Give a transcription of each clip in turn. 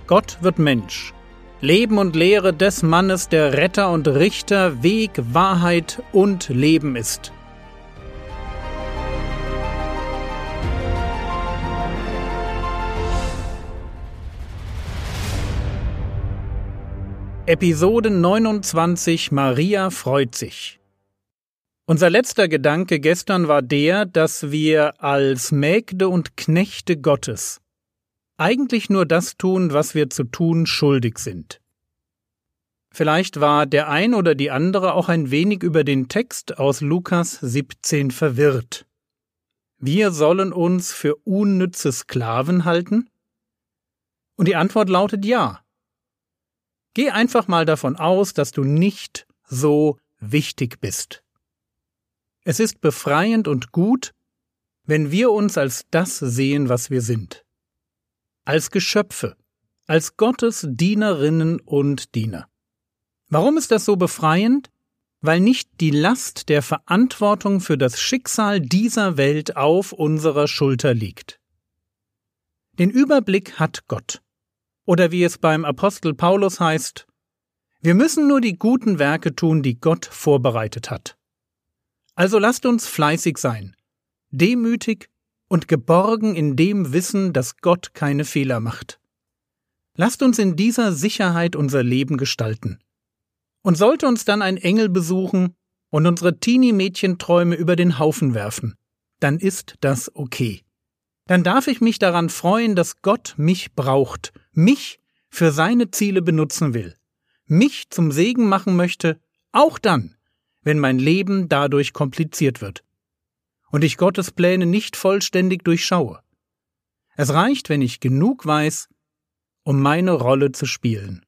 Gott wird Mensch. Leben und Lehre des Mannes, der Retter und Richter, Weg, Wahrheit und Leben ist. Episode 29: Maria freut sich. Unser letzter Gedanke gestern war der, dass wir als Mägde und Knechte Gottes eigentlich nur das tun, was wir zu tun schuldig sind. Vielleicht war der ein oder die andere auch ein wenig über den Text aus Lukas 17 verwirrt. Wir sollen uns für unnütze Sklaven halten? Und die Antwort lautet ja. Geh einfach mal davon aus, dass du nicht so wichtig bist. Es ist befreiend und gut, wenn wir uns als das sehen, was wir sind. Als Geschöpfe, als Gottes Dienerinnen und Diener. Warum ist das so befreiend? Weil nicht die Last der Verantwortung für das Schicksal dieser Welt auf unserer Schulter liegt. Den Überblick hat Gott. Oder wie es beim Apostel Paulus heißt, wir müssen nur die guten Werke tun, die Gott vorbereitet hat. Also lasst uns fleißig sein, demütig und geborgen in dem Wissen, dass Gott keine Fehler macht. Lasst uns in dieser Sicherheit unser Leben gestalten. Und sollte uns dann ein Engel besuchen und unsere Teenie-Mädchenträume über den Haufen werfen, dann ist das okay. Dann darf ich mich daran freuen, dass Gott mich braucht, mich für seine Ziele benutzen will, mich zum Segen machen möchte, auch dann, wenn mein Leben dadurch kompliziert wird und ich Gottes Pläne nicht vollständig durchschaue. Es reicht, wenn ich genug weiß, um meine Rolle zu spielen.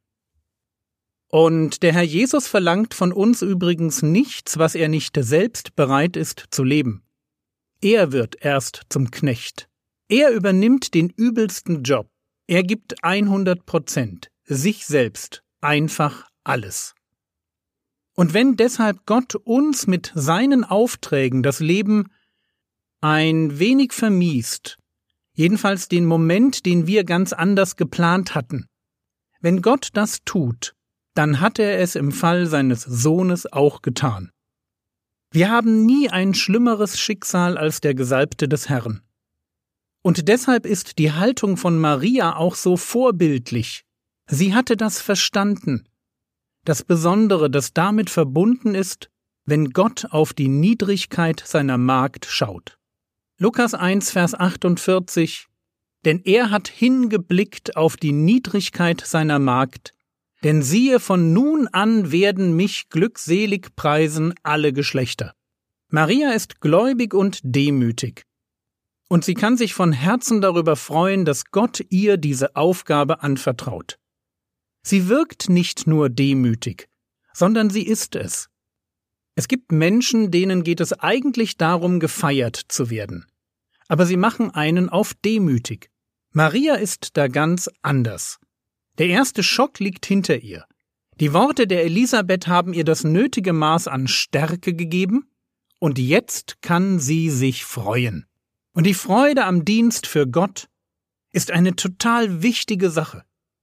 Und der Herr Jesus verlangt von uns übrigens nichts, was er nicht selbst bereit ist zu leben. Er wird erst zum Knecht. Er übernimmt den übelsten Job. Er gibt 100%, sich selbst, einfach alles. Und wenn deshalb Gott uns mit seinen Aufträgen das Leben ein wenig vermiest, jedenfalls den Moment, den wir ganz anders geplant hatten, wenn Gott das tut, dann hat er es im Fall seines Sohnes auch getan. Wir haben nie ein schlimmeres Schicksal als der Gesalbte des Herrn. Und deshalb ist die Haltung von Maria auch so vorbildlich. Sie hatte das verstanden. Das Besondere, das damit verbunden ist, wenn Gott auf die Niedrigkeit seiner Magd schaut. Lukas 1, Vers 48: Denn er hat hingeblickt auf die Niedrigkeit seiner Magd, denn siehe, von nun an werden mich glückselig preisen alle Geschlechter. Maria ist gläubig und demütig. Und sie kann sich von Herzen darüber freuen, dass Gott ihr diese Aufgabe anvertraut. Sie wirkt nicht nur demütig, sondern sie ist es. Es gibt Menschen, denen geht es eigentlich darum, gefeiert zu werden. Aber sie machen einen auf demütig. Maria ist da ganz anders. Der erste Schock liegt hinter ihr. Die Worte der Elisabeth haben ihr das nötige Maß an Stärke gegeben, und jetzt kann sie sich freuen. Und die Freude am Dienst für Gott ist eine total wichtige Sache.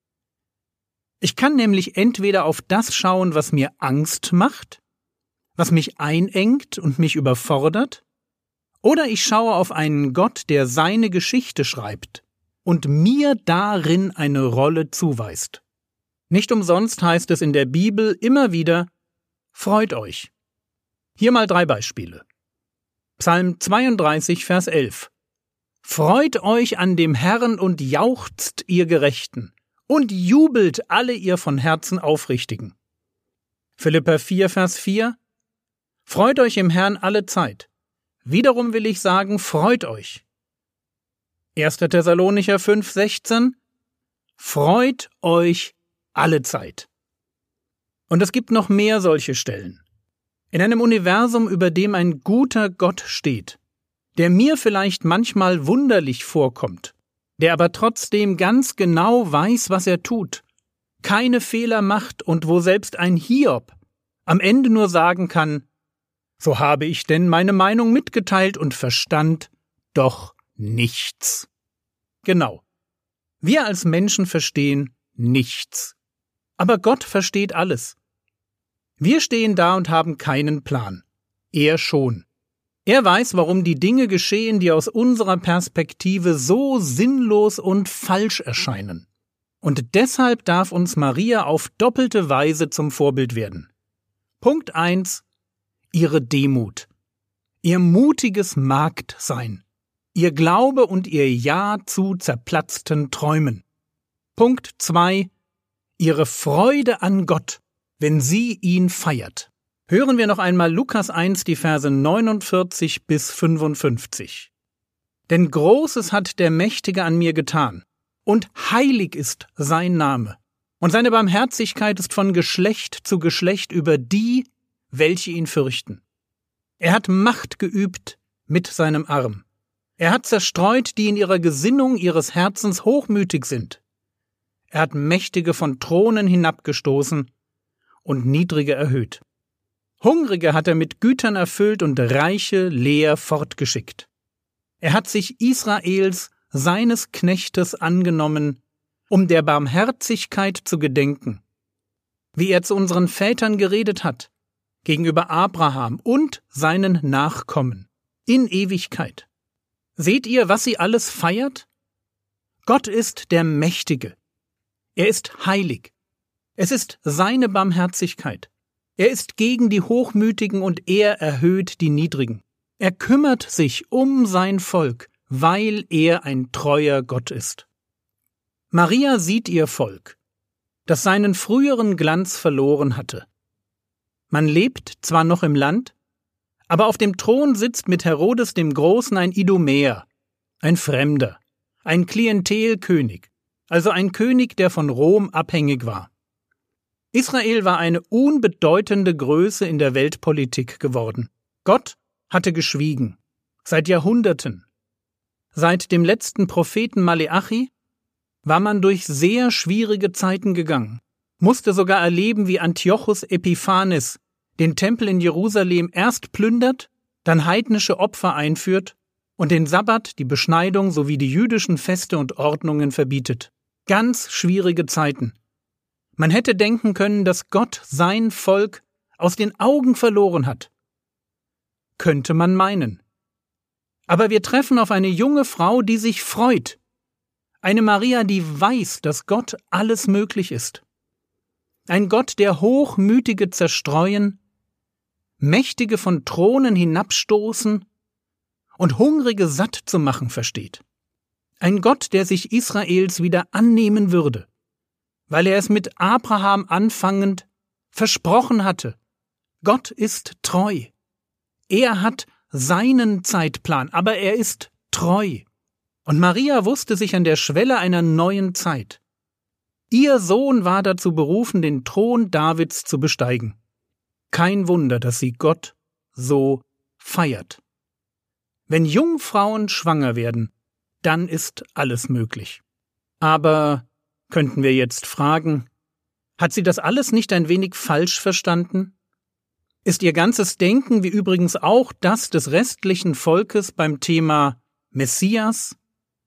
Ich kann nämlich entweder auf das schauen, was mir Angst macht, was mich einengt und mich überfordert, oder ich schaue auf einen Gott, der seine Geschichte schreibt und mir darin eine Rolle zuweist. Nicht umsonst heißt es in der Bibel immer wieder: Freut euch. Hier mal 3 Beispiele. Psalm 32, Vers 11. Freut euch an dem Herrn und jauchzt, ihr Gerechten, und jubelt alle ihr von Herzen Aufrichtigen. Philipper 4, Vers 4. Freut euch im Herrn alle Zeit. Wiederum will ich sagen, freut euch. 1. Thessalonicher 5, 16. Freut euch alle Zeit. Und es gibt noch mehr solche Stellen. In einem Universum, über dem ein guter Gott steht, der mir vielleicht manchmal wunderlich vorkommt, der aber trotzdem ganz genau weiß, was er tut, keine Fehler macht und wo selbst ein Hiob am Ende nur sagen kann: So habe ich denn meine Meinung mitgeteilt und verstand doch nichts. Genau. Wir als Menschen verstehen nichts. Aber Gott versteht alles. Wir stehen da und haben keinen Plan. Er schon. Er weiß, warum die Dinge geschehen, die aus unserer Perspektive so sinnlos und falsch erscheinen. Und deshalb darf uns Maria auf doppelte Weise zum Vorbild werden. Punkt 1. Ihre Demut. Ihr mutiges Magdsein. Ihr Glaube und ihr Ja zu zerplatzten Träumen. Punkt 2. Ihre Freude an Gott, wenn sie ihn feiert. Hören wir noch einmal Lukas 1, die Verse 49 bis 55. Denn Großes hat der Mächtige an mir getan, und heilig ist sein Name, und seine Barmherzigkeit ist von Geschlecht zu Geschlecht über die, welche ihn fürchten. Er hat Macht geübt mit seinem Arm. Er hat zerstreut, die in ihrer Gesinnung ihres Herzens hochmütig sind. Er hat Mächtige von Thronen hinabgestoßen und Niedrige erhöht. Hungrige hat er mit Gütern erfüllt und Reiche leer fortgeschickt. Er hat sich Israels, seines Knechtes, angenommen, um der Barmherzigkeit zu gedenken, wie er zu unseren Vätern geredet hat, gegenüber Abraham und seinen Nachkommen, in Ewigkeit. Seht ihr, was sie alles feiert? Gott ist der Mächtige. Er ist heilig. Es ist seine Barmherzigkeit. Er ist gegen die Hochmütigen und er erhöht die Niedrigen. Er kümmert sich um sein Volk, weil er ein treuer Gott ist. Maria sieht ihr Volk, das seinen früheren Glanz verloren hatte. Man lebt zwar noch im Land, aber auf dem Thron sitzt mit Herodes dem Großen ein Idumäer, ein Fremder, ein Klientelkönig, also ein König, der von Rom abhängig war. Israel war eine unbedeutende Größe in der Weltpolitik geworden. Gott hatte geschwiegen, seit Jahrhunderten. Seit dem letzten Propheten Maleachi war man durch sehr schwierige Zeiten gegangen, musste sogar erleben, wie Antiochus Epiphanes den Tempel in Jerusalem erst plündert, dann heidnische Opfer einführt und den Sabbat, die Beschneidung sowie die jüdischen Feste und Ordnungen verbietet. Ganz schwierige Zeiten. Man hätte denken können, dass Gott sein Volk aus den Augen verloren hat. Könnte man meinen. Aber wir treffen auf eine junge Frau, die sich freut. Eine Maria, die weiß, dass Gott alles möglich ist. Ein Gott, der Hochmütige zerstreuen, Mächtige von Thronen hinabstoßen und Hungrige satt zu machen versteht. Ein Gott, der sich Israels wieder annehmen würde, weil er es mit Abraham anfangend versprochen hatte. Gott ist treu. Er hat seinen Zeitplan, aber er ist treu. Und Maria wusste sich an der Schwelle einer neuen Zeit. Ihr Sohn war dazu berufen, den Thron Davids zu besteigen. Kein Wunder, dass sie Gott so feiert. Wenn Jungfrauen schwanger werden, dann ist alles möglich. Aber könnten wir jetzt fragen, hat sie das alles nicht ein wenig falsch verstanden? Ist ihr ganzes Denken, wie übrigens auch das des restlichen Volkes beim Thema Messias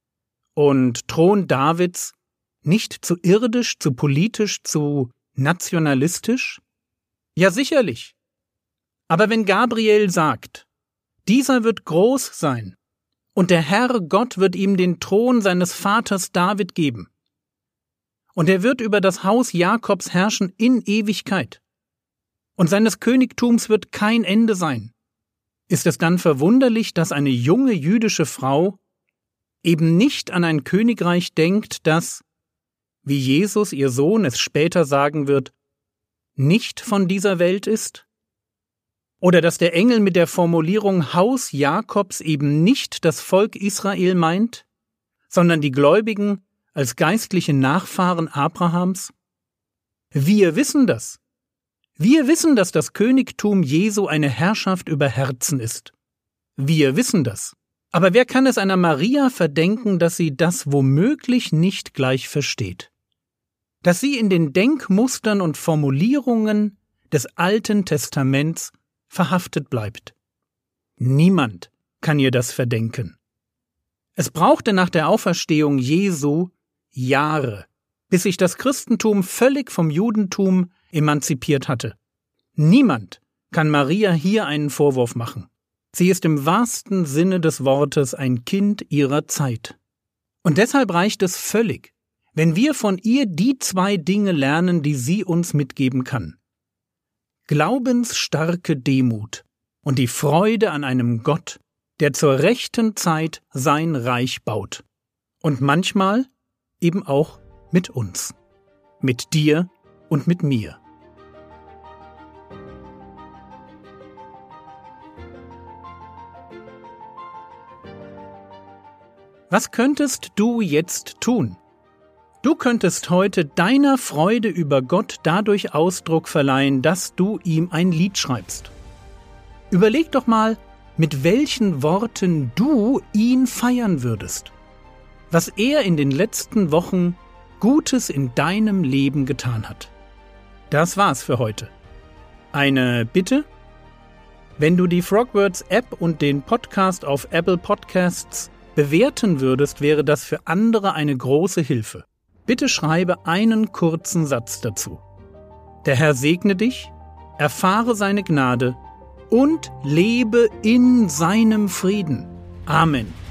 und Thron Davids, nicht zu irdisch, zu politisch, zu nationalistisch? Ja, sicherlich. Aber wenn Gabriel sagt, dieser wird groß sein, und der Herr Gott wird ihm den Thron seines Vaters David geben, und er wird über das Haus Jakobs herrschen in Ewigkeit, und seines Königtums wird kein Ende sein, ist es dann verwunderlich, dass eine junge jüdische Frau eben nicht an ein Königreich denkt, das, wie Jesus, ihr Sohn, es später sagen wird, nicht von dieser Welt ist? Oder dass der Engel mit der Formulierung Haus Jakobs eben nicht das Volk Israel meint, sondern die Gläubigen als geistliche Nachfahren Abrahams? Wir wissen das. Wir wissen, dass das Königtum Jesu eine Herrschaft über Herzen ist. Wir wissen das. Aber wer kann es einer Maria verdenken, dass sie das womöglich nicht gleich versteht? Dass sie in den Denkmustern und Formulierungen des Alten Testaments verhaftet bleibt. Niemand kann ihr das verdenken. Es brauchte nach der Auferstehung Jesu Jahre, bis sich das Christentum völlig vom Judentum emanzipiert hatte. Niemand kann Maria hier einen Vorwurf machen. Sie ist im wahrsten Sinne des Wortes ein Kind ihrer Zeit. Und deshalb reicht es völlig, wenn wir von ihr die 2 Dinge lernen, die sie uns mitgeben kann. Glaubensstarke Demut und die Freude an einem Gott, der zur rechten Zeit sein Reich baut. Und manchmal eben auch mit uns. Mit dir und mit mir. Was könntest du jetzt tun? Du könntest heute deiner Freude über Gott dadurch Ausdruck verleihen, dass du ihm ein Lied schreibst. Überleg doch mal, mit welchen Worten du ihn feiern würdest. Was er in den letzten Wochen Gutes in deinem Leben getan hat. Das war's für heute. Eine Bitte? Wenn du die Frogwords App und den Podcast auf Apple Podcasts bewerten würdest, wäre das für andere eine große Hilfe. Bitte schreibe einen kurzen Satz dazu. Der Herr segne dich, erfahre seine Gnade und lebe in seinem Frieden. Amen.